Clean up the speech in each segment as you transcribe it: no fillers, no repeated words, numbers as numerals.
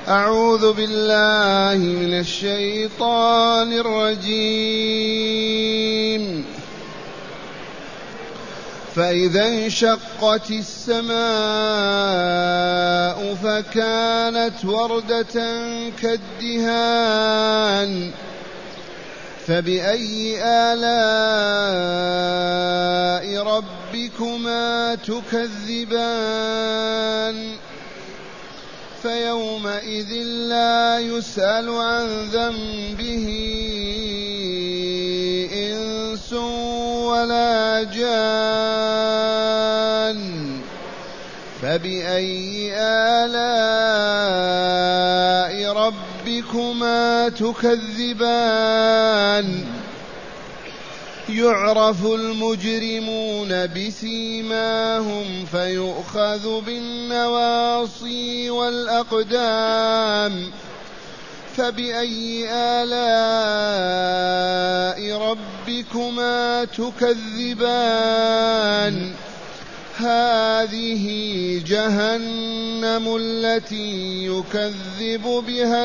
أعوذ بالله من الشيطان الرجيم. فإذا انشقت السماء فكانت وردة كالدهان فبأي آلاء ربكما تكذبان فيومئذ لا يسأل عن ذنبه إنس ولا جان فبأي آلاء ربكما تكذبان يعرف المجرمون بسيماهم فيؤخذ بالنواصي والأقدام فبأي آلاء ربكما تكذبان هذه جهنم التي يكذب بها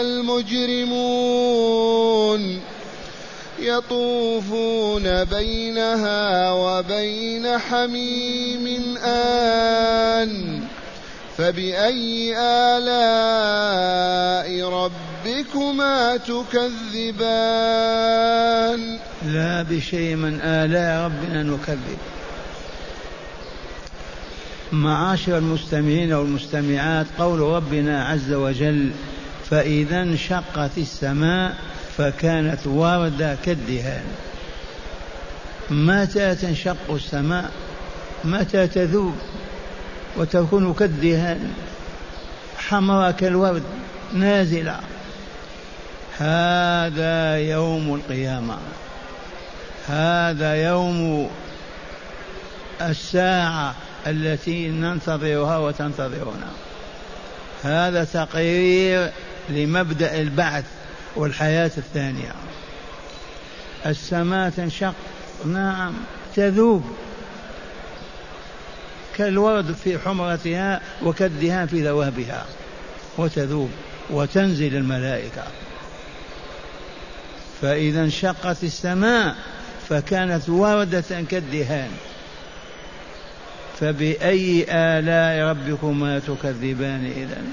المجرمون يطوفون بينها وبين حميم آن فبأي آلاء ربكما تكذبان لا بشيء من آلاء ربنا نكذب. معاشر المستمعين والمستمعات، قول ربنا عز وجل فإذا انشقت السماء فكانت وردة كالدهان. متى تنشق السماء؟ متى تذوب وتكون كالدهان حمراء كالورد نازلة؟ هذا يوم القيامة، هذا يوم الساعة التي ننتظرها وتنتظرنا. هذا تقرير لمبدأ البعث والحياة الثانية. السماء تنشق، نعم، تذوب كالورد في حمرتها وكالدهان في ذوابها، وتذوب وتنزل الملائكة. فإذا انشقت السماء فكانت وردة كالدهان فبأي آلاء ربكما تكذبان؟ إذن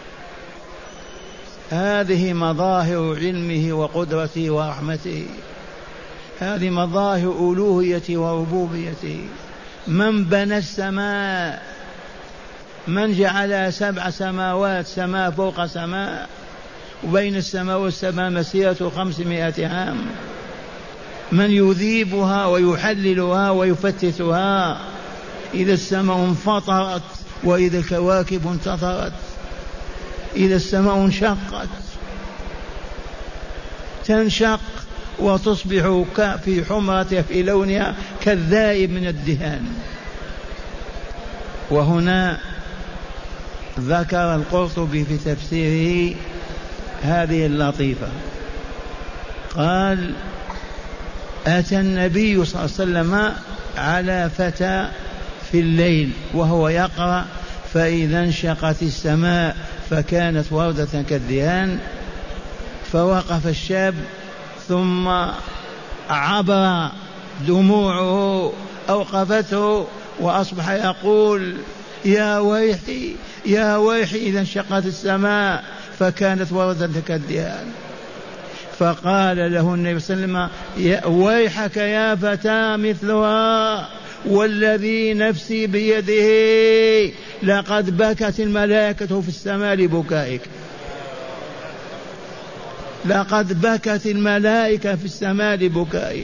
هذه مظاهر علمه وقدرته ورحمته، هذه مظاهر ألوهيته وربوبيته. من بنى السماء؟ من جعل 7 سماوات، سماء فوق سماء، وبين السماء والسماء مسيرة 500 عام؟ من يذيبها ويحللها ويفتتها؟ إذا السماء انفطرت وإذا الكواكب انتثرت، إذا السماء انشقت تنشق وتصبح في حمرتها في لونها كالذائب من الدهان. وهنا ذكر القرطبي في تفسيره هذه اللطيفة، قال أتى النبي صلى الله عليه وسلم على فتى في الليل وهو يقرأ فإذا انشقت السماء فكانت وردة كالدهان، فوقف الشاب ثم عبر دموعه أوقفته وأصبح يقول يا ويحي يا ويحي إذا انشقت السماء فكانت وردة كالدهان. فقال له النبي صلى الله عليه وسلم ويحك يا فتى مثلها والذي نفسي بيده لقد بكت الملائكة في السماء لبكائك، لقد بكت الملائكة في السماء لبكائك.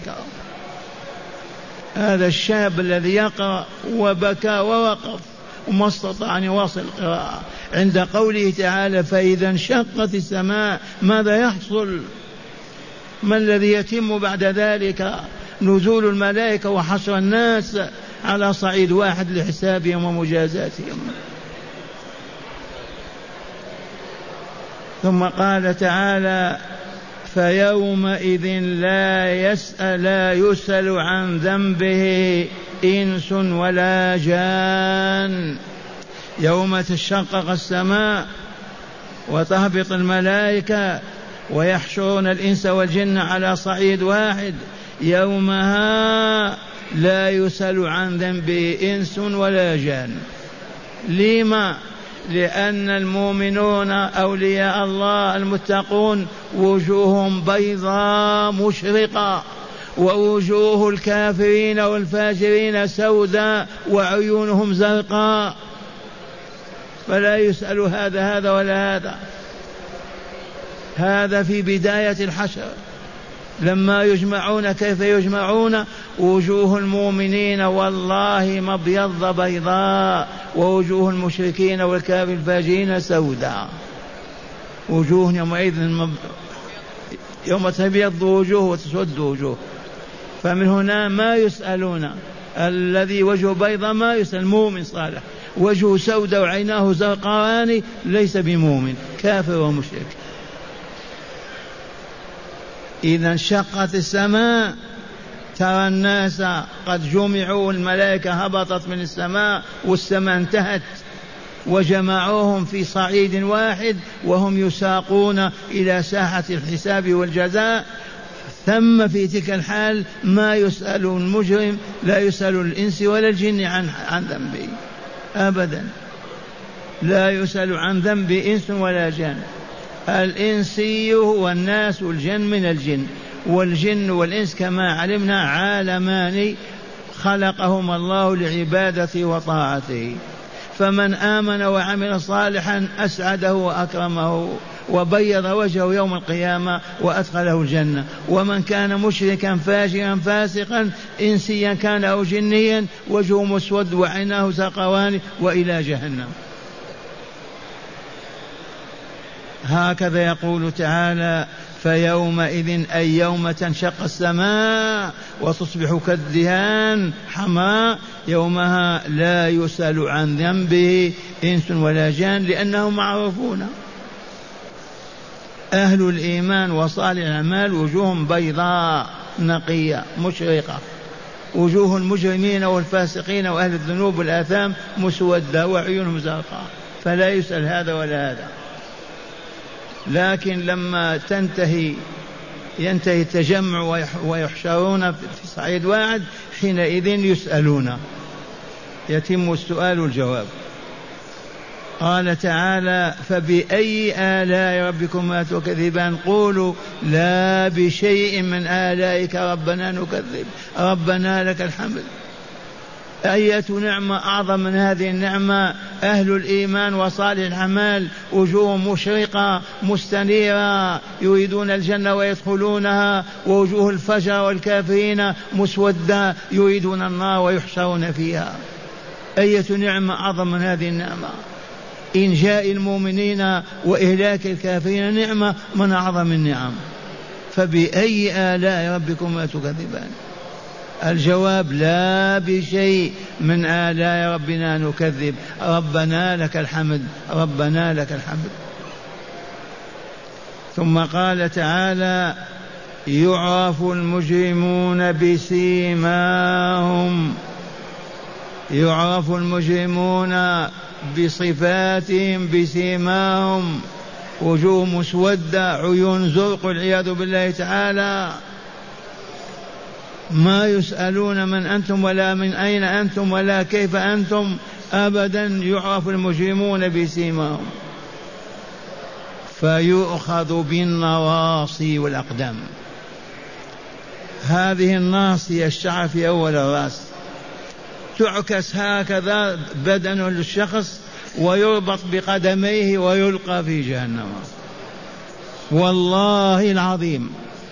هذا الشاب الذي يقرأ وبكى ووقف وما استطاع أن يواصل القراءة عند قوله تعالى فإذا انشقت السماء. ماذا يحصل؟ ما الذي يتم بعد ذلك؟ نزول الملائكة وحشر الناس على صعيد واحد لحسابهم ومجازاتهم. ثم قال تعالى فيومئذ لا يسأل عن ذنبه إنس ولا جان. يوم تشقق السماء وتهبط الملائكة ويحشرون الإنس والجن على صعيد واحد، يومها لا يسأل عن ذنبه إنس ولا جان. لما؟ لأن المؤمنون أولياء الله المتقون وجوههم بيضاء مشرقة، ووجوه الكافرين والفاجرين سوداء وعيونهم زرقاء، فلا يسأل هذا ولا هذا. هذا في بداية الحشر لما يجمعون. كيف يجمعون؟ وجوه المؤمنين والله مبيض بيضاء، ووجوه المشركين والكافر الفاجرين سوداء. وجوه يومئذ يوم تبيض وجوه وتسود وجوه. فمن هنا ما يسألون. الذي وجهه بيضاء ما يسأل، مؤمن صالح. وجهه سوداء وعيناه زرقاوان ليس بمؤمن، كافر ومشرك. إذا انشقت السماء ترى الناس قد جمعوا، الملائكة هبطت من السماء والسماء انتهت، وجمعوهم في صعيد واحد وهم يساقون إلى ساحة الحساب والجزاء. ثم في تلك الحال ما يسأل المجرم، لا يسأل الإنس ولا الجن عن ذنبه أبدا، لا يسأل عن ذنب إنس ولا جن. الإنسي هو الناس والجن من الجن، والجن والإنس كما علمنا عالمان خلقهما الله لعبادته وطاعته. فمن آمن وعمل صالحا أسعده وأكرمه وبيض وجهه يوم القيامة وأدخله الجنة. ومن كان مشركا فاجرا فاسقا إنسيا كان أو جنيا وجهه مسود وعيناه زرقاوان وإلى جهنم. هكذا يقول تعالى: فيومئذ أي يوم تنشق السماء وتصبح كالدهان حمراء، يومها لا يسأل عن ذنبه إنس ولا جان، لأنهم معروفون. أهل الإيمان وصالح الأعمال وجوههم بيضاء نقية مشرقة، وجوه المجرمين والفاسقين وأهل الذنوب والآثام مسودة وعيونهم زرقاء، فلا يسأل هذا ولا هذا. لكن لما ينتهي التجمع ويحشرون في صعيد واحد، حينئذ يسألون، يتم السؤال والجواب. قال تعالى: فبأي آلاء ربكما تكذبان؟ قولوا لا بشيء من آلائك ربنا نكذب، ربنا لك الحمد. أية نعمة أعظم من هذه النعمة؟ أهل الإيمان وصالح الأعمال وجوه مشرقة مستنيرة يريدون الجنة ويدخلونها، ووجوه الفجر والكافرين مسودة يريدون النار ويحشرون فيها. أية نعمة أعظم من هذه النعمة؟ إنجاء المؤمنين وإهلاك الكافرين نعمة من أعظم النعم. فبأي آلاء ربكما تكذبان؟ الجواب: لا بشيء من آلاء ربنا نكذب، ربنا لك الحمد، ربنا لك الحمد. ثم قال تعالى: يعرف المجرمون بسيماهم، يعرف المجرمون بصفاتهم بسيماهم، وجوه مسودة عيون زرق والعياذ بالله تعالى. ما يسألون من أنتم ولا من أين أنتم ولا كيف أنتم أبدا، يعرف المجرمون بسيماهم. فيؤخذ بالنواصي والأقدام. هذه الناصية الشعر في أول الرأس تعكس هكذا بدن الشخص ويربط بقدميه ويلقى في جهنم، والله العظيم.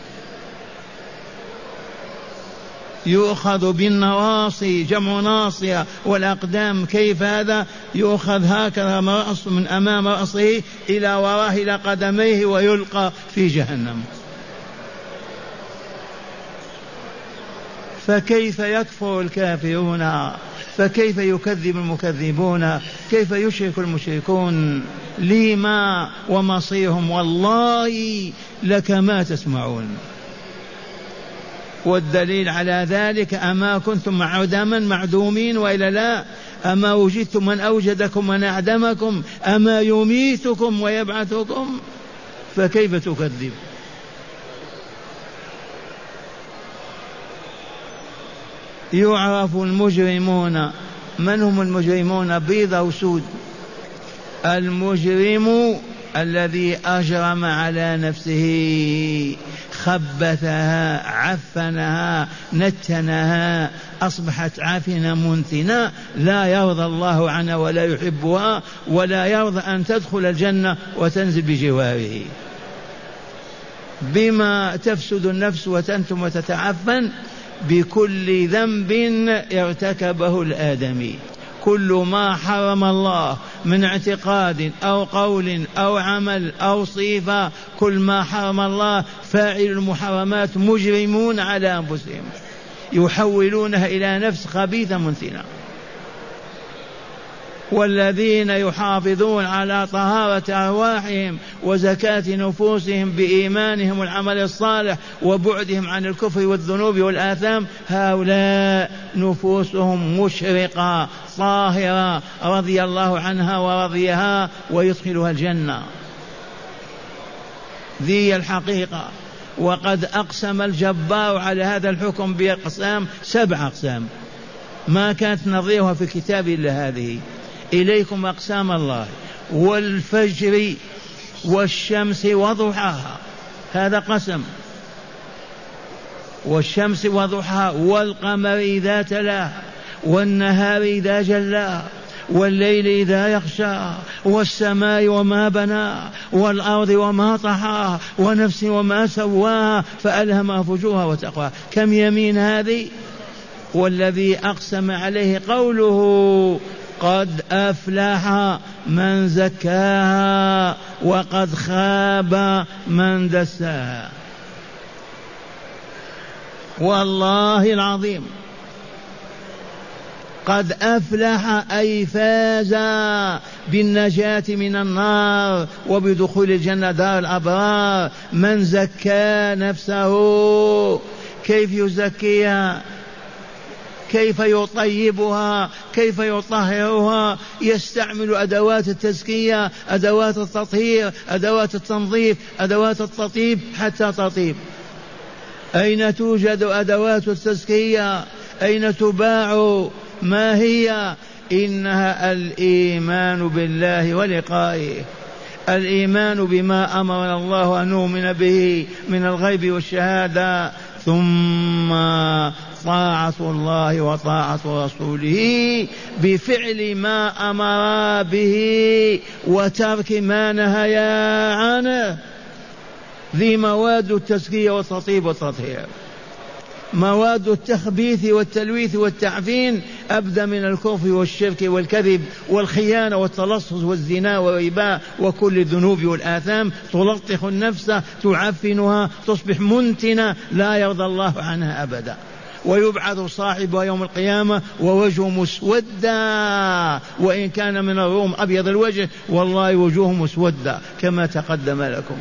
يؤخذ بالنواصي جمع ناصية والأقدام. كيف هذا؟ يؤخذ هكذا من أمام رأسه إلى وراه إلى قدميه ويلقى في جهنم. فكيف يكفر الكافرون؟ فكيف يكذب المكذبون؟ كيف يشرك المشركون؟ لما ومصيرهم والله لك ما تسمعون. والدليل على ذلك: أما كنتم عدما معدومين وإلا لا؟ أما وجدتم من أوجدكم من أعدمكم أما يميتكم ويبعثكم فكيف تكذب؟ يعرف المجرمون. من هم المجرمون؟ بيض أو سود؟ المجرم الذي أجرم على نفسه، خبثها، عفنها، نتنها، أصبحت عافنة منتنة، لا يرضى الله عنها ولا يحبها ولا يرضى أن تدخل الجنة وتنزل بجواره. بما تفسد النفس وتنتم وتتعفن؟ بكل ذنب ارتكبه الآدمي. كل ما حرم الله من اعتقاد أو قول أو عمل أو صفة، كل ما حرم الله فاعل المحرمات مجرمون على أنفسهم، يحولونها إلى نفس خبيثة منتنة. والذين يحافظون على طهارة أرواحهم وزكاة نفوسهم بإيمانهم والعمل الصالح وبعدهم عن الكفر والذنوب والآثام، هؤلاء نفوسهم مشرقة طاهرة رضي الله عنها ورضيها ويدخلها الجنة. ذي الحقيقة. وقد أقسم الجبار على هذا الحكم بأقسام 7 أقسام ما كانت نظيرها في كتاب إلا هذه. إليكم أقسام الله: والفجر والشمس وضحاها، هذا قسم، والشمس وضحاها، والقمر إذا تلاها، والنهار إذا جلاها، والليل إذا يغشاها، والسماء وما بناها، والأرض وما طحاها، ونفس وما سواها فألهمها فجورها وتقواها. كم يمين هذه؟ والذي أقسم عليه قوله: قد أفلح من زكاها وقد خاب من دساها. والله العظيم قد أفلح أي فاز بالنجاة من النار وبدخول الجنة دار الأبرار من زكى نفسه. كيف يزكيها؟ كيف يطيبها؟ كيف يطهرها؟ يستعمل أدوات التزكية، أدوات التطهير، أدوات التنظيف، أدوات التطيب حتى تطيب. أين توجد أدوات التزكية؟ أين تباع؟ ما هي؟ إنها الإيمان بالله ولقائه، الإيمان بما أمرنا الله أن نؤمن به من الغيب والشهادة، ثم طاعة الله وطاعة رسوله بفعل ما أمر به وترك ما نهى عنه. ذي مواد التزكية والتطيب والتطهير. مواد التخبيث والتلويث والتعفين أبدأ من الكفر والشرك والكذب والخيانة والتلصص والزنا والربا وكل الذنوب والآثام، تلطخ النفس، تعفنها، تصبح منتنة لا يرضى الله عنها أبدا. ويبعث صاحبها يوم القيامة ووجهه مسودا، وإن كان من الروم أبيض الوجه والله وجوه مسودة كما تقدم لكم.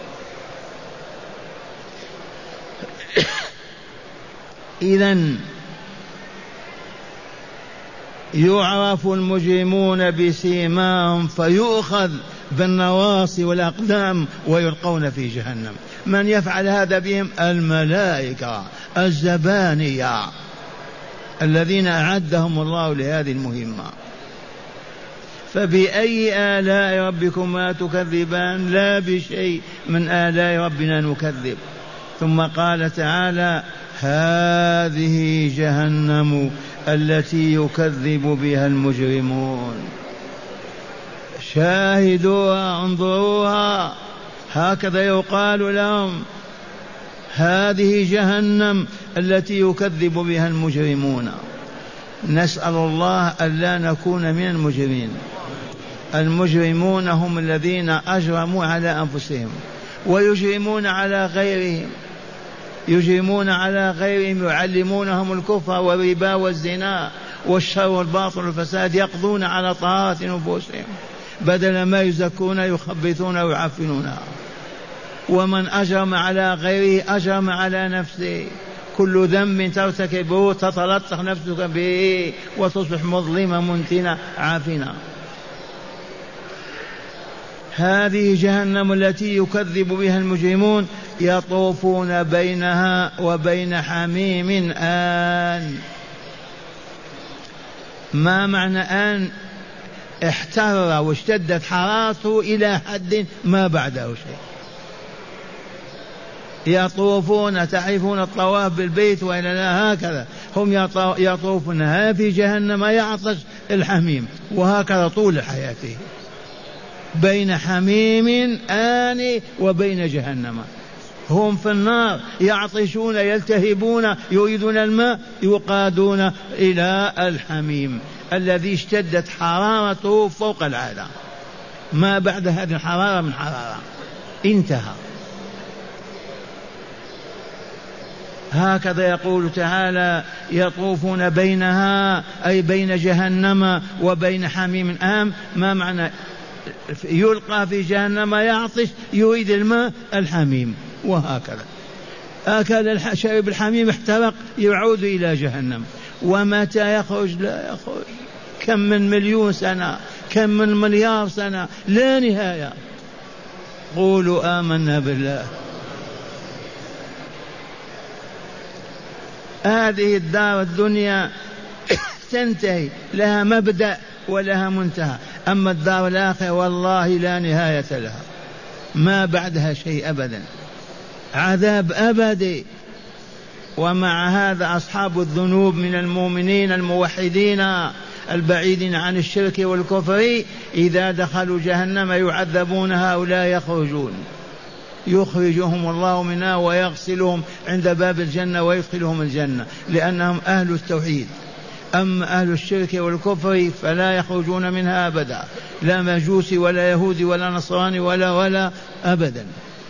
إذن يعرف المجرمون بسيماهم فيؤخذ بالنواصي والأقدام ويلقون في جهنم. من يفعل هذا بهم؟ الملائكة الزبانية الذين أعدهم الله لهذه المهمة. فبأي آلاء ربكما تكذبان؟ لا بشيء من آلاء ربنا نكذب. ثم قال تعالى: هذه جهنم التي يكذب بها المجرمون. شاهدوها، انظروها، هكذا يقال لهم: هذه جهنم التي يكذب بها المجرمون. نسأل الله ألا نكون من المجرمين. المجرمون هم الذين أجرموا على أنفسهم ويجرمون على غيرهم، يجرمون على غيرهم، يعلمونهم الكفر والربا والزنا والشر والباطل والفساد، يقضون على طهارة نفوسهم، بدل ما يزكون يخبثون ويعفنونها. ومن أجرم على غيره أجرم على نفسه. كل ذنب ترتكبه تتلطخ نفسك به وتصبح مظلمة منتنة عافنة. هذه جهنم التي يكذب بها المجرمون يطوفون بينها وبين حميم آن. ما معنى آن؟ احتر واشتدت حرارته إلى حد ما بعده شيء. يطوفون، تعرفون الطواف بالبيت وإلا لا؟ هكذا هم يطوفون في جهنم يعطش الحميم، وهكذا طول حياته بين حميم آن وبين جهنم. هم في النار يعطشون يلتهبون يريدون الماء، يقادون إلى الحميم الذي اشتدت حرارته فوق العادة. ما بعد هذه الحرارة من حرارة انتهى. هكذا يقول تعالى يطوفون بينها أي بين جهنم وبين حميم آن. ما معنى؟ يلقى في جهنم يعطش يريد الماء الحميم، وهكذا أكل شرب الحميم احترق يعود إلى جهنم. ومتى يخرج؟ لا يخرج. كم من مليون سنة، كم من مليار سنة، لا نهاية. قولوا آمنا بالله. هذه الدار الدنيا تنتهي، لها مبدأ ولها منتهى. أما الدار الآخرة والله لا نهاية لها، ما بعدها شيء أبدا، عذاب أبدي. ومع هذا أصحاب الذنوب من المؤمنين الموحدين البعيدين عن الشرك والكفر إذا دخلوا جهنم يعذبون، هؤلاء يخرجون، يخرجهم الله منها ويغسلهم عند باب الجنة ويدخلهم الجنة لأنهم أهل التوحيد. أما أهل الشرك والكفر فلا يخرجون منها أبدا، لا مجوسي ولا يهودي ولا نصراني ولا أبدا.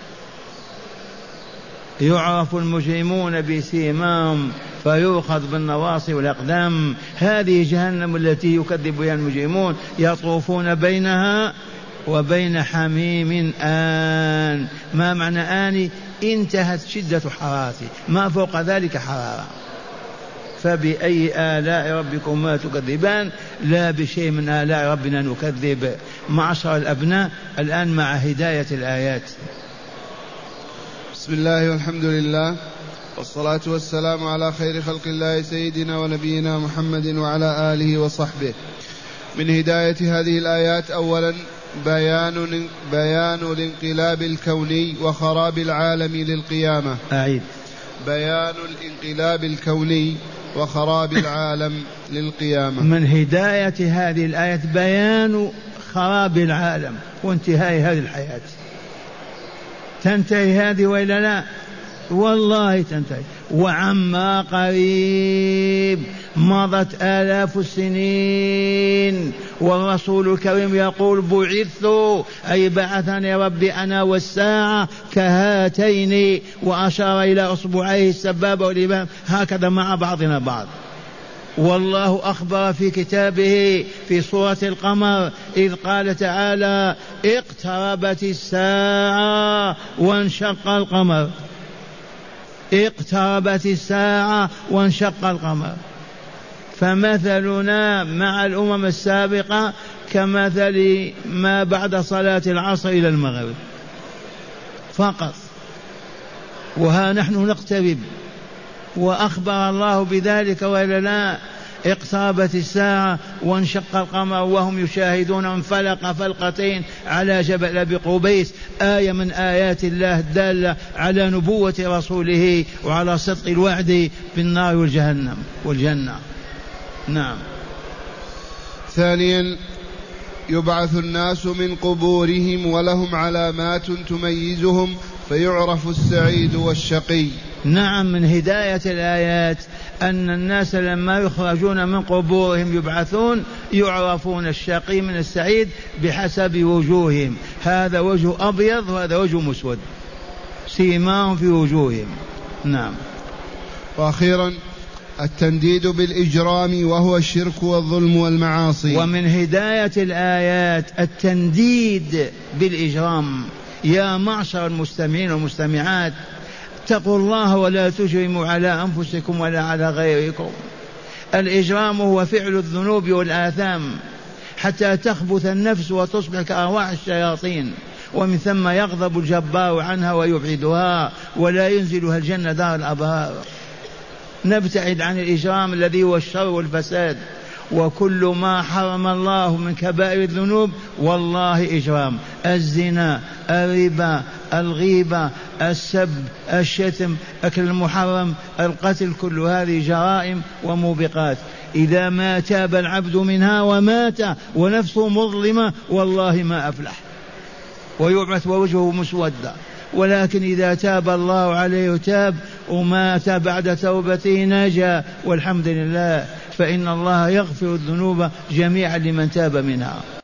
يعرف المجرمون بسيماهم فيؤخذ بالنواصي والأقدام. هذه جهنم التي يكذب بها المجرمون يطوفون بينها وبين حميم آن. ما معنى آن؟ انتهت شدة حرارته، ما فوق ذلك حرارة. فبأي آلاء ربكما تكذبان؟ لا بشيء من آلاء ربنا نكذب. معشر الأبناء الآن مع هداية الآيات. بسم الله والحمد لله والصلاة والسلام على خير خلق الله سيدنا ونبينا محمد وعلى آله وصحبه. من هداية هذه الآيات أولا بيان الانقلاب الكوني وخراب العالم للقيامة. أعيد. بيان الانقلاب الكوني وخراب العالم للقيامة. من هداية هذه الآية بيان خراب العالم وانتهاء هذه الحياة. تنتهي هذه وإلا لا؟ والله تنتهي. وعما قريب مضت آلاف السنين والرسول الكريم يقول بعثت أي بعثني ربي أنا والساعة كهاتين، وأشار إلى أصبعيه السبابة والإبهام هكذا مع بعضنا بعض. والله أخبر في كتابه في سورة القمر إذ قال تعالى اقتربت الساعة وانشق القمر. اقتربت الساعة وانشق القمر. فمثلنا مع الأمم السابقة كمثل ما بعد صلاة العصر إلى المغرب فقط، وها نحن نقترب. وأخبر الله بذلك وإلا لا؟ اقتربت الساعة وانشق القمر وهم يشاهدون انفلق فلقتين على جبل أبي قبيس، آية من آيات الله الدالة على نبوة رسوله وعلى صدق الوعد بالنار والجهنم والجنة. نعم. ثانيا يبعث الناس من قبورهم ولهم علامات تميزهم فيعرف السعيد والشقي. نعم، من هداية الآيات أن الناس لما يخرجون من قبورهم يبعثون يعرفون الشقي من السعيد بحسب وجوههم، هذا وجه أبيض وهذا وجه مسود، سيماهم في وجوههم. نعم. وأخيرا التنديد بالإجرام وهو الشرك والظلم والمعاصي. ومن هداية الآيات التنديد بالإجرام. يا معشر المستمعين والمستمعات، واتقوا الله ولا تجرموا على أنفسكم ولا على غيركم. الإجرام هو فعل الذنوب والآثام حتى تخبث النفس وتصبح كأرواح الشياطين، ومن ثم يغضب الجبار عنها ويبعدها ولا ينزلها الجنة دار الأبرار. نبتعد عن الإجرام الذي هو الشر والفساد، وكل ما حرم الله من كبائر الذنوب والله إجرام: الزنا، الربا، الغيبة، السب، الشتم، أكل المحرم، القتل، كل هذه جرائم وموبقات. إذا ما تاب العبد منها ومات ونفسه مظلمة والله ما أفلح ويبعث ووجهه مسودا. ولكن إذا تاب الله عليه وتاب ومات بعد توبته نجا والحمد لله، فإن الله يغفر الذنوب جميعا لمن تاب منها.